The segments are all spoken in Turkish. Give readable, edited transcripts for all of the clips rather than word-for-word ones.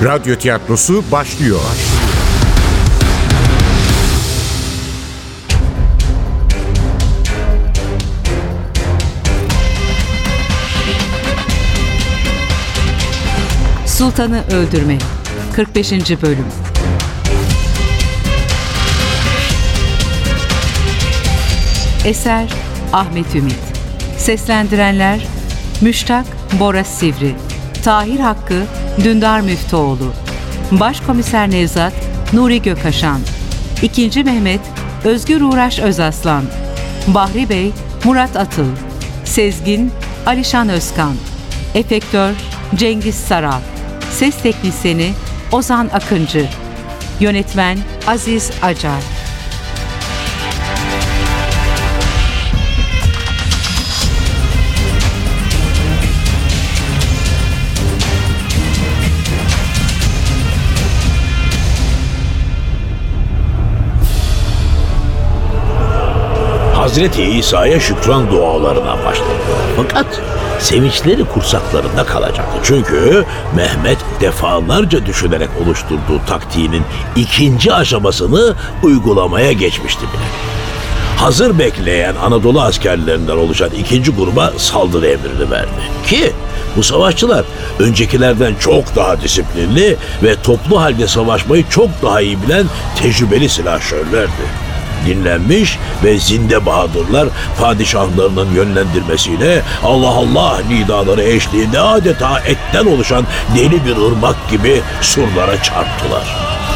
Radyo tiyatrosu başlıyor. Sultanı Öldürme 45. Bölüm. Eser Ahmet Ümit. Seslendirenler Müştak Bora Sivri, Tahir Hakkı Dündar Müftüoğlu, Başkomiser Nevzat Nuri Gökaşan, İkinci Mehmet Özgür Uğraş Özaslan, Bahri Bey Murat Atıl, Sezgin Alişan Özkan, Efektör Cengiz Saral, Ses Teknisyeni Ozan Akıncı, Yönetmen Aziz Acar. Hazreti İsa'ya şükran dualarına başladı. Fakat sevinçleri kursaklarında kalacaktı. Çünkü Mehmet defalarca düşünerek oluşturduğu taktiğinin ikinci aşamasını uygulamaya geçmişti bile. Hazır bekleyen Anadolu askerlerinden oluşan ikinci gruba saldırı emrini verdi. Ki bu savaşçılar öncekilerden çok daha disiplinli ve toplu halde savaşmayı çok daha iyi bilen tecrübeli silahşörlerdi. Dinlenmiş ve zinde bahadırlar padişahlarının yönlendirmesiyle Allah Allah nidaları eşliğinde adeta etten oluşan deli bir ırmak gibi surlara çarptılar.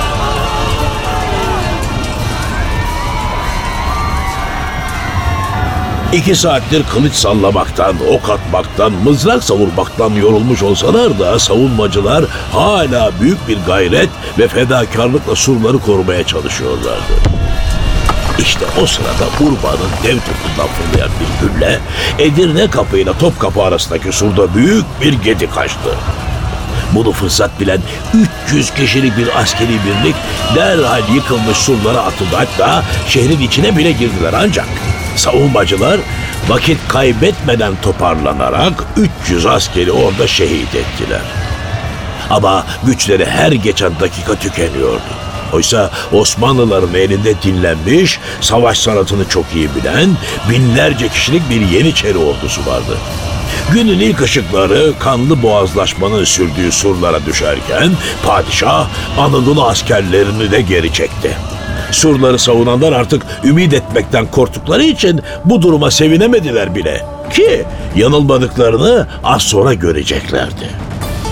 İki saattir kılıç sallamaktan, ok atmaktan, mızrak savurmaktan yorulmuş olsalar da savunmacılar hala büyük bir gayret ve fedakarlıkla surları korumaya çalışıyorlardı. İşte o sırada Urban'ın dev topundan fırlayan bir gülle Edirne Kapı ile Topkapı arasındaki surda büyük bir gedik açtı. Bunu fırsat bilen 300 kişilik bir askeri birlik derhal yıkılmış surlara atıldı, hatta şehrin içine bile girdiler, ancak savunmacılar vakit kaybetmeden toparlanarak 300 askeri orada şehit ettiler. Ama güçleri her geçen dakika tükeniyordu. Oysa Osmanlıların elinde dinlenmiş, savaş sanatını çok iyi bilen binlerce kişilik bir Yeniçeri ordusu vardı. Günün ilk ışıkları kanlı boğazlaşmanın sürdüğü surlara düşerken padişah Anadolu askerlerini de geri çekti. Surları savunanlar artık ümit etmekten korktukları için bu duruma sevinemediler bile, ki yanılmadıklarını az sonra göreceklerdi.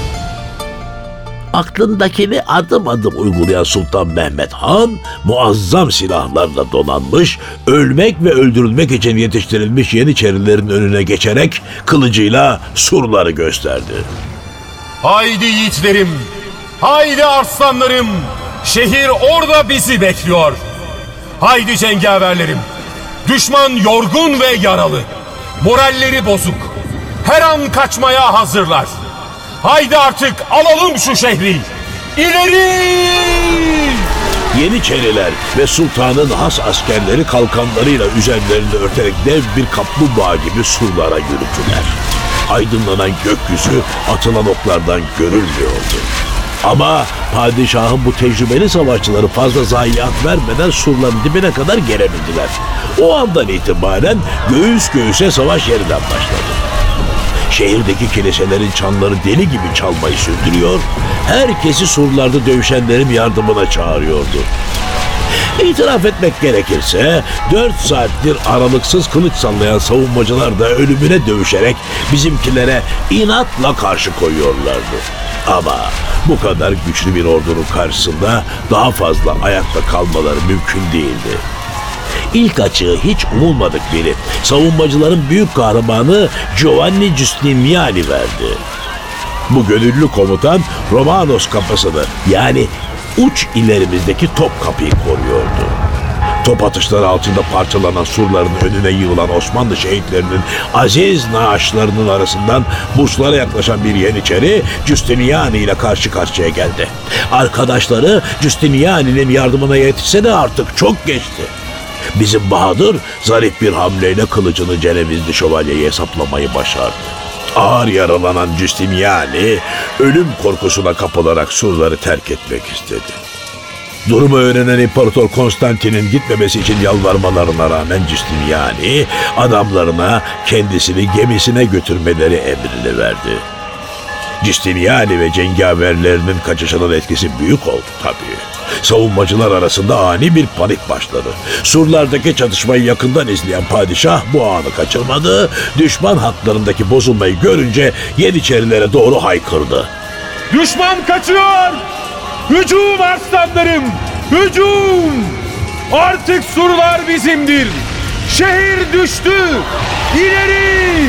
Aklındakini adım adım uygulayan Sultan Mehmet Han, muazzam silahlarla donanmış, ölmek ve öldürülmek için yetiştirilmiş Yeniçerilerin önüne geçerek kılıcıyla surları gösterdi. Haydi yiğitlerim, haydi arslanlarım, şehir orada bizi bekliyor. Haydi cengaverlerim, düşman yorgun ve yaralı, moralleri bozuk, her an kaçmaya hazırlar. Haydi artık alalım şu şehri. İleri! Yeniçeriler ve sultanın has askerleri kalkanlarıyla üzerlerini örterek dev bir kaplumbağa gibi surlara yürüdüler. Aydınlanan gökyüzü atılan oklardan görülmüyordu. Ama padişahın bu tecrübeli savaşçıları fazla zayiat vermeden surların dibine kadar gelebildiler. O andan itibaren göğüs göğüse savaş yeniden başladı. Şehirdeki kiliselerin çanları deli gibi çalmayı sürdürüyor, herkesi surlarda dövüşenlerin yardımına çağırıyordu. İtiraf etmek gerekirse 4 saattir aralıksız kılıç sallayan savunmacılar da ölümüne dövüşerek bizimkilere inatla karşı koyuyorlardı. Ama bu kadar güçlü bir ordunun karşısında daha fazla ayakta kalmaları mümkün değildi. İlk açığı hiç umulmadık biri savunmacıların büyük kahramanı Giovanni Giustiniani verdi. Bu gönüllü komutan Romanos kapısını, yani uç ilerimizdeki Topkapı'yı koruyordu. Top atışları altında parçalanan surların önüne yığılan Osmanlı şehitlerinin aziz naaşlarının arasından Burslara yaklaşan bir Yeniçeri Giustiniani ile karşı karşıya geldi. Arkadaşları Giustiniani'nin yardımına yetişse de artık çok geçti. Bizim Bahadır zarif bir hamleyle kılıcını Cenevizli şövalyeye saplamayı başardı. Ağır yaralanan Giustiniani ölüm korkusuna kapılarak surları terk etmek istedi. Durumu öğrenen İmparator Konstantin'in gitmemesi için yalvarmalarına rağmen Giustiniani adamlarına kendisini gemisine götürmeleri emrini verdi. Giustiniani ve cengaverlerinin kaçışının etkisi büyük oldu tabii. Savunmacılar arasında ani bir panik başladı. Surlardaki çatışmayı yakından izleyen padişah bu anı kaçırmadı. Düşman hatlarındaki bozulmayı görünce Yeniçerilere doğru haykırdı. Düşman kaçıyor! Hücum arslanlarım! Hücum! Artık surlar bizimdir! Şehir düştü! İleri!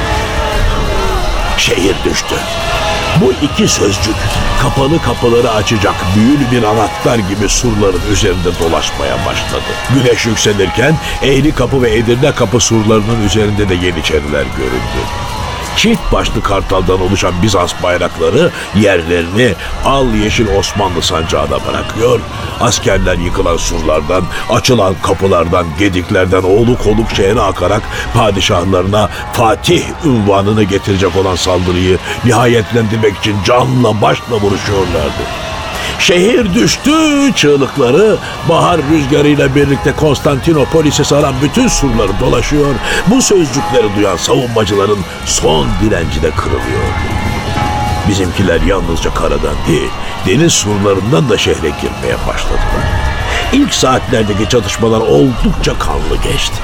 Şehir düştü. Bu iki sözcük kapalı kapıları açacak büyülü bir anahtar gibi surların üzerinde dolaşmaya başladı. Güneş yükselirken Eğri Kapı ve Edirne Kapı surlarının üzerinde de Yeniçeriler göründü. Çift başlı kartaldan oluşan Bizans bayrakları yerlerini al yeşil Osmanlı sancağına bırakıyor. Askerler yıkılan surlardan, açılan kapılardan, gediklerden oluk oluk şehre akarak padişahlarına Fatih unvanını getirecek olan saldırıyı nihayetlendirmek için canla başla vuruşuyorlardı. Şehir düştü çığlıkları bahar rüzgarıyla birlikte Konstantinopolis'i saran bütün surları dolaşıyor. Bu sözcükleri duyan savunmacıların son direnci de kırılıyordu. Bizimkiler yalnızca karadan değil, deniz surlarından da şehre girmeye başladılar. İlk saatlerdeki çatışmalar oldukça kanlı geçti.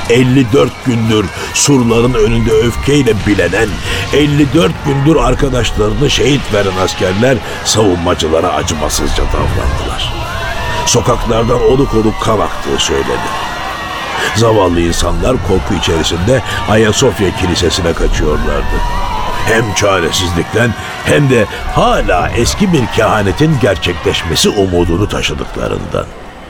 54 gündür surların önünde öfkeyle bilenen, 54 gündür arkadaşlarını şehit veren askerler savunmacılara acımasızca davrandılar. Sokaklardan oluk oluk kan aktığı söyledi. Zavallı insanlar korku içerisinde Ayasofya Kilisesi'ne kaçıyorlardı. Hem çaresizlikten hem de hala eski bir kehanetin gerçekleşmesi umudunu taşıdıklarından.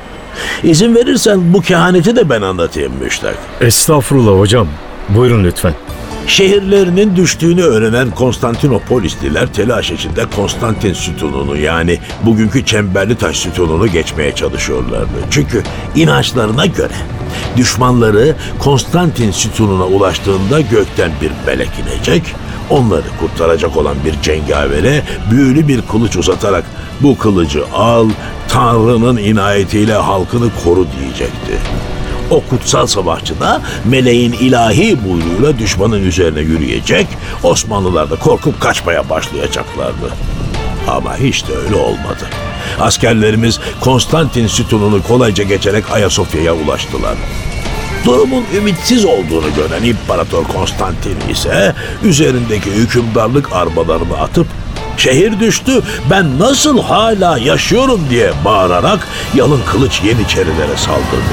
İzin verirsen bu kehaneti de ben anlatayım Müştak. Estağfurullah hocam. Buyurun lütfen. Şehirlerinin düştüğünü öğrenen Konstantinopolisliler telaş içinde Konstantin sütununu yani bugünkü Çemberlitaş sütununu geçmeye çalışıyorlardı. Çünkü inançlarına göre düşmanları Konstantin sütununa ulaştığında gökten bir melek inecek, onları kurtaracak olan bir cengavere büyülü bir kılıç uzatarak bu kılıcı al, Tanrı'nın inayetiyle halkını koru diyecekti. O kutsal savaşçı da meleğin ilahi buyruğuyla düşmanın üzerine yürüyecek, Osmanlılar da korkup kaçmaya başlayacaklardı. Ama hiç de öyle olmadı. Askerlerimiz Konstantin sütununu kolayca geçerek Ayasofya'ya ulaştılar. Durumun ümitsiz olduğunu gören İmparator Konstantin ise üzerindeki hükümdarlık armalarını atıp "Şehir düştü, ben nasıl hala yaşıyorum?" diye bağırarak yalın kılıç Yeniçerilere saldırdı.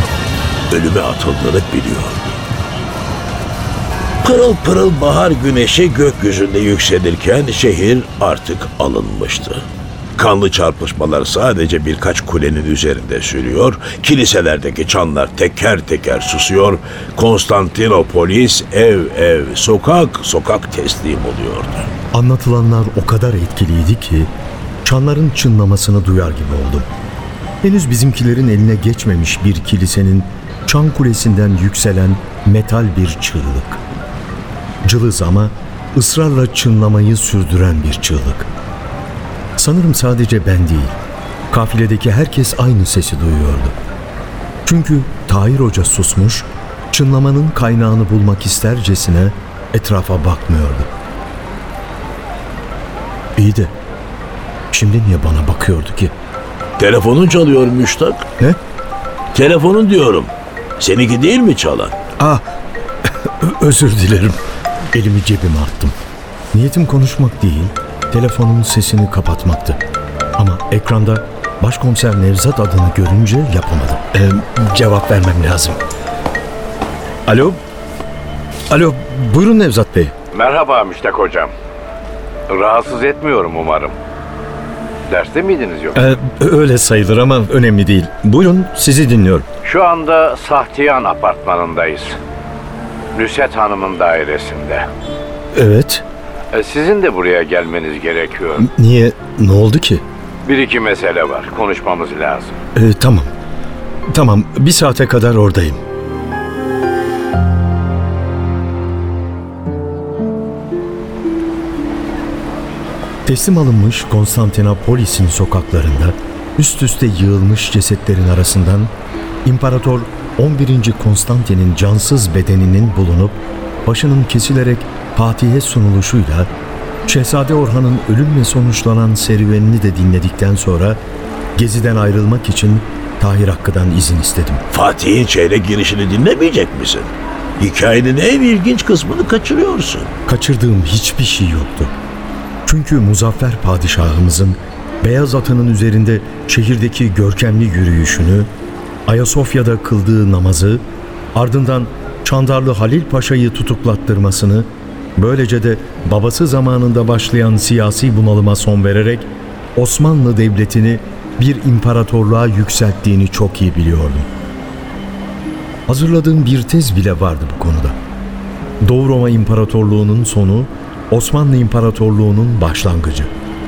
Ölüme atıldığını biliyordu. Pırıl pırıl bahar güneşi gökyüzünde yükselirken şehir artık alınmıştı. Kanlı çarpışmalar sadece birkaç kulenin üzerinde sürüyor, kiliselerdeki çanlar teker teker susuyor, Konstantinopolis ev ev, sokak sokak teslim oluyordu. Anlatılanlar o kadar etkiliydi ki çanların çınlamasını duyar gibi oldum. Henüz bizimkilerin eline geçmemiş bir kilisenin çan kulesinden yükselen metal bir çığlık. Cılız ama ısrarla çınlamayı sürdüren bir çığlık. Sanırım sadece ben değil, kafiledeki herkes aynı sesi duyuyordu. Çünkü Tahir Hoca susmuş, çınlamanın kaynağını bulmak istercesine etrafa bakmıyordu. İyi de şimdi niye bana bakıyordu ki? Telefonun çalıyor Müştak. Ne? Telefonun diyorum. Seninki değil mi çalan? Özür dilerim. Elimi cebime attım. Niyetim konuşmak değil, telefonun sesini kapatmaktı. Ama ekranda Başkomiser Nevzat adını görünce yapamadım. Cevap vermem lazım. Alo? Alo, buyurun Nevzat Bey. Merhaba Müştak hocam. Rahatsız etmiyorum umarım. Derste miydiniz yok? Öyle sayılır ama önemli değil. Buyurun, sizi dinliyorum. Şu anda Sahtiyan apartmanındayız. Nüset Hanım'ın dairesinde. Evet. Sizin de buraya gelmeniz gerekiyor. Niye? Ne oldu ki? Bir iki mesele var. Konuşmamız lazım. Tamam. Tamam, bir saate kadar oradayım. Teslim alınmış Konstantinopolis'in sokaklarında üst üste yığılmış cesetlerin arasından İmparator 11. Konstantin'in cansız bedeninin bulunup başının kesilerek Fatih'e sunuluşuyla Şehzade Orhan'ın ölümle sonuçlanan serüvenini de dinledikten sonra geziden ayrılmak için Tahir Hakkı'dan izin istedim. Fatih'in şehre girişini dinlemeyecek misin? Hikayenin en ilginç kısmını kaçırıyorsun. Kaçırdığım hiçbir şey yoktu. Çünkü muzaffer padişahımızın beyaz atının üzerinde şehirdeki görkemli yürüyüşünü, Ayasofya'da kıldığı namazı, ardından Çandarlı Halil Paşa'yı tutuklattırmasını, böylece de babası zamanında başlayan siyasi bunalıma son vererek Osmanlı Devleti'ni bir imparatorluğa yükselttiğini çok iyi biliyordum. Hazırladığım bir tez bile vardı bu konuda. Doğu Roma İmparatorluğu'nun sonu, Osmanlı İmparatorluğu'nun başlangıcı.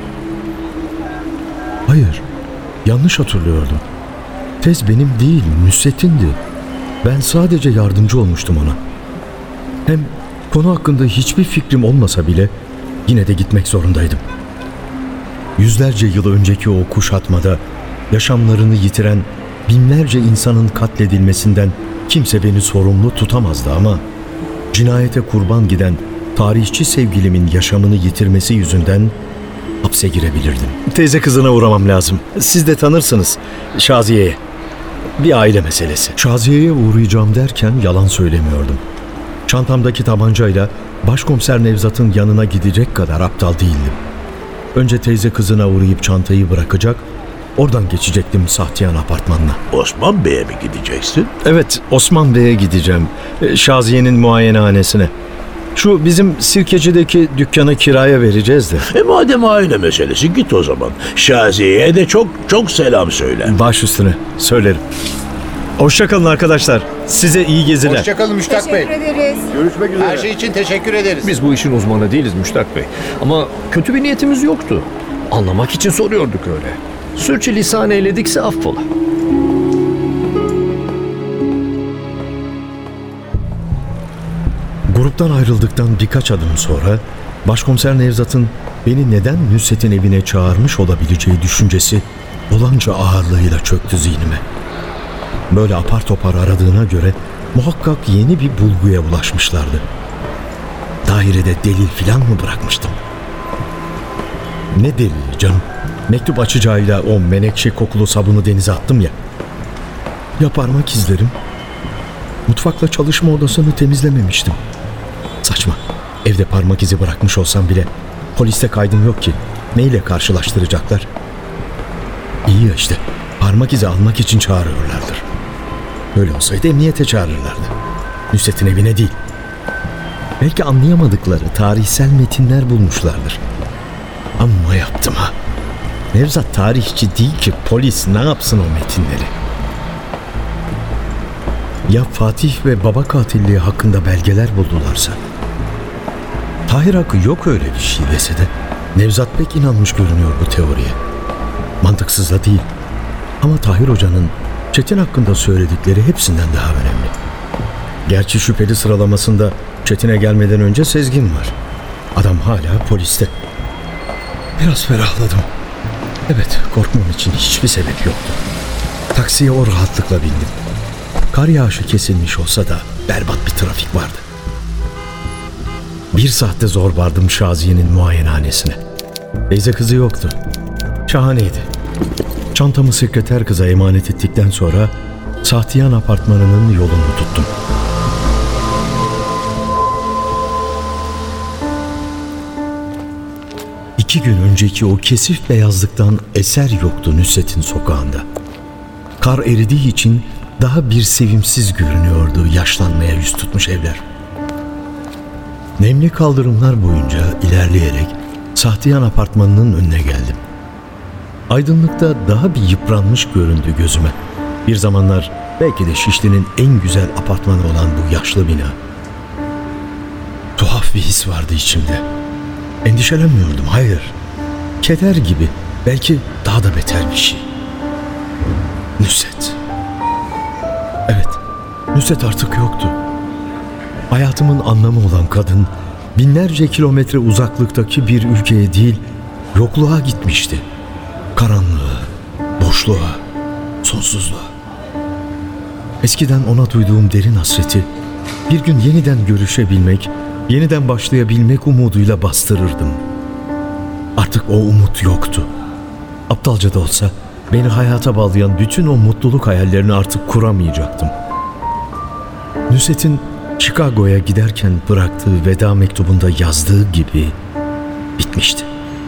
Hayır, yanlış hatırlıyordum. Tez benim değil, Nusret'indi. Ben sadece yardımcı olmuştum ona. Hem konu hakkında hiçbir fikrim olmasa bile yine de gitmek zorundaydım. Yüzlerce yıl önceki o kuşatmada yaşamlarını yitiren binlerce insanın katledilmesinden kimse beni sorumlu tutamazdı ama cinayete kurban giden tarihçi sevgilimin yaşamını yitirmesi yüzünden hapse girebilirdim. Teyze kızına uğramam lazım. Siz de tanırsınız Şaziye'ye. Bir aile meselesi. Şaziye'ye uğrayacağım derken yalan söylemiyordum. Çantamdaki tabancayla Başkomiser Nevzat'ın yanına gidecek kadar aptal değildim. Önce teyze kızına uğrayıp çantayı bırakacak, oradan geçecektim Sahtiyan apartmanına. Osman Bey'e mi gideceksin? Evet, Osman Bey'e gideceğim. Şaziye'nin muayenehanesine. Şu bizim Sirkeci'deki dükkanı kiraya vereceğiz de. Madem aile meselesi git o zaman. Şaziye'ye de çok selam söyle. Baş üstüne, söylerim. Hoşçakalın arkadaşlar. Size iyi geziler. Hoşçakalın Müştak Bey. Teşekkür ederiz. Görüşmek üzere. Her şey için teşekkür ederiz. Biz bu işin uzmanı değiliz Müştak Bey. Ama kötü bir niyetimiz yoktu. Anlamak için soruyorduk öyle. Sürçülisan eyledikse affola. Gruptan ayrıldıktan birkaç adım sonra Başkomiser Nevzat'ın beni neden Nusret'in evine çağırmış olabileceği düşüncesi olanca ağırlığıyla çöktü zihnime. Böyle apar topar aradığına göre muhakkak yeni bir bulguya ulaşmışlardı. Dairede delil filan mı bırakmıştım? Ne delili canım? Mektup açacağıyla o menekşe kokulu sabunu denize attım ya. Ya parmak izlerim? Mutfakla çalışma odasını temizlememiştim. Saçma. Evde parmak izi bırakmış olsam bile poliste kaydım yok ki. Neyle karşılaştıracaklar? İyi ya işte. Parmak izi almak için çağırıyorlardır. Öyle olsaydı emniyete çağırırlardı. Nusret'in evine değil. Belki anlayamadıkları tarihsel metinler bulmuşlardır. Amma yaptım ha. Nevzat tarihçi değil ki, polis ne yapsın o metinleri? Ya Fatih ve baba katilliği hakkında belgeler buldularsa? Tahir Hakkı yok öyle bir şey dese de Nevzat pek inanmış görünüyor bu teoriye. Mantıksız da değil. Ama Tahir Hoca'nın Çetin hakkında söyledikleri hepsinden daha önemli. Gerçi şüpheli sıralamasında Çetin'e gelmeden önce Sezgin var. Adam hala poliste. Biraz ferahladım. Evet, korkmam için hiçbir sebep yoktu. Taksiye o rahatlıkla bindim. Kar yağışı kesilmiş olsa da berbat bir trafik vardı. 1 saatte zor vardım Şaziye'nin muayenehanesine. Teyze kızı yoktu. Şahaneydi. Çantamı sekreter kıza emanet ettikten sonra Sahtiyan apartmanının yolunu tuttum. İki gün önceki o kesif beyazlıktan eser yoktu Nusret'in sokağında. Kar eridiği için daha bir sevimsiz görünüyordu yaşlanmaya yüz tutmuş evler. Nemli kaldırımlar boyunca ilerleyerek Sahtiyan apartmanının önüne geldim. Aydınlıkta daha bir yıpranmış göründü gözüme. Bir zamanlar belki de Şişli'nin en güzel apartmanı olan bu yaşlı bina. Tuhaf bir his vardı içimde. Endişelenmiyordum, hayır. Keder gibi, belki daha da beter bir şey. Nusret. Evet, Nusret artık yoktu. Hayatımın anlamı olan kadın, binlerce kilometre uzaklıktaki bir ülkeye değil, Yokluğa gitmişti. Karanlığa, boşluğa, sonsuzluğa. Eskiden ona duyduğum derin hasreti bir gün yeniden görüşebilmek, yeniden başlayabilmek umuduyla bastırırdım. Artık o umut yoktu. Aptalca da olsa beni hayata bağlayan bütün o mutluluk hayallerini artık kuramayacaktım. Nusret'in Chicago'ya giderken bıraktığı veda mektubunda yazdığı gibi bitmişti.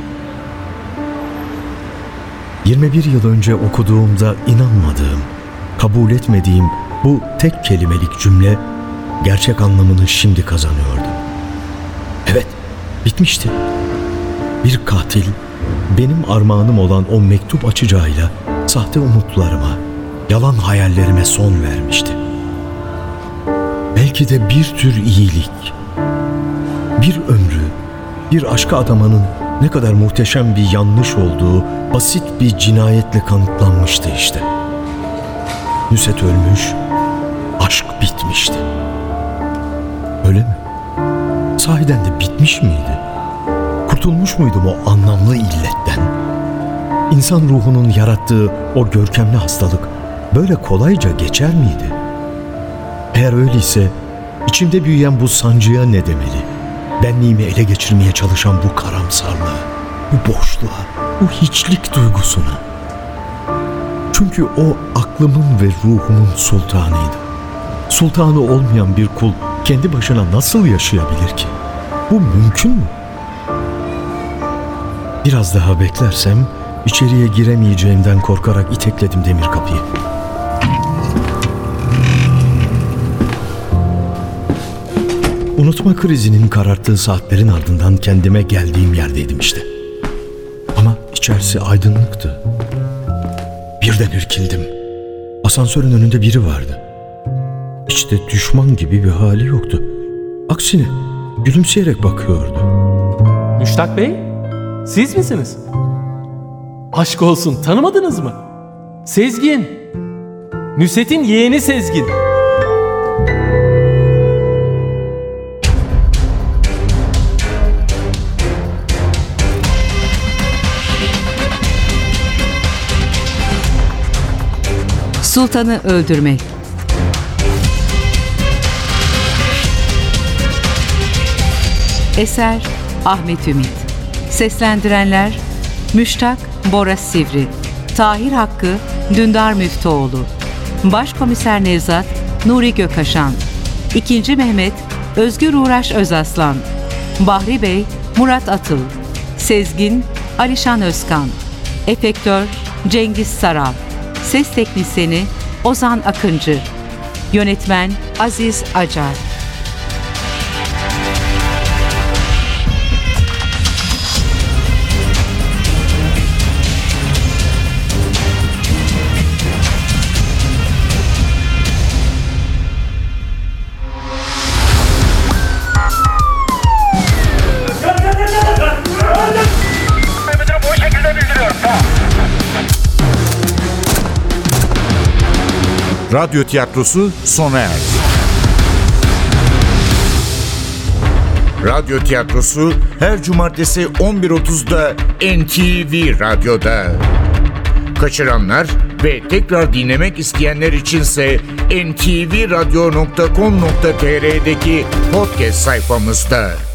21 yıl önce okuduğumda inanmadığım, kabul etmediğim bu tek kelimelik cümle gerçek anlamını şimdi kazanıyordu. Evet, bitmişti. Bir katil benim armağanım olan o mektup açacağıyla sahte umutlarıma, yalan hayallerime son vermişti. Belki de bir tür iyilik, bir ömrü, bir aşka adamanın ne kadar muhteşem bir yanlış olduğu basit bir cinayetle kanıtlanmıştı işte. Nusret ölmüş, aşk bitmişti. Öyle mi? Sahiden de bitmiş miydi? Kurtulmuş muydum o anlamlı illetten? İnsan ruhunun yarattığı o görkemli hastalık böyle kolayca geçer miydi? Eğer öyleyse içimde büyüyen bu sancıya ne demeli? Benliğimi ele geçirmeye çalışan bu karamsarlığa, bu boşluğa, bu hiçlik duygusuna. Çünkü o aklımın ve ruhumun sultanıydı. Sultanı olmayan bir kul kendi başına nasıl yaşayabilir ki? Bu mümkün mü? Biraz daha beklersem içeriye giremeyeceğimden korkarak itekledim demir kapıyı. Unutma krizinin kararttığı saatlerin ardından kendime geldiğim yerdeydim işte. Ama içerisi aydınlıktı. Birden irkildim. Asansörün önünde biri vardı. Hiç de düşman gibi bir hali yoktu. Aksine gülümseyerek bakıyordu. Müştak Bey, siz misiniz? Aşk olsun, tanımadınız mı? Sezgin. Nusret'in yeğeni Sezgin. Sultanı öldürmek. Eser Ahmet Ümit. Seslendirenler Müştak Bora Sivri, Tahir Hakkı Dündar Müftüoğlu, Başkomiser Nevzat Nuri Gökaşan, İkinci Mehmet Özgür Uğraş Özaslan, Bahri Bey Murat Atıl, Sezgin Alişan Özkan, Efektör Cengiz Saral, Ses Teknisyeni Ozan Akıncı, Yönetmen Aziz Acar. Radyo tiyatrosu sona erdi. Radyo tiyatrosu her cumartesi 11.30'da NTV Radyo'da. Kaçıranlar ve tekrar dinlemek isteyenler içinse ntvradio.com.tr'deki podcast sayfamızda.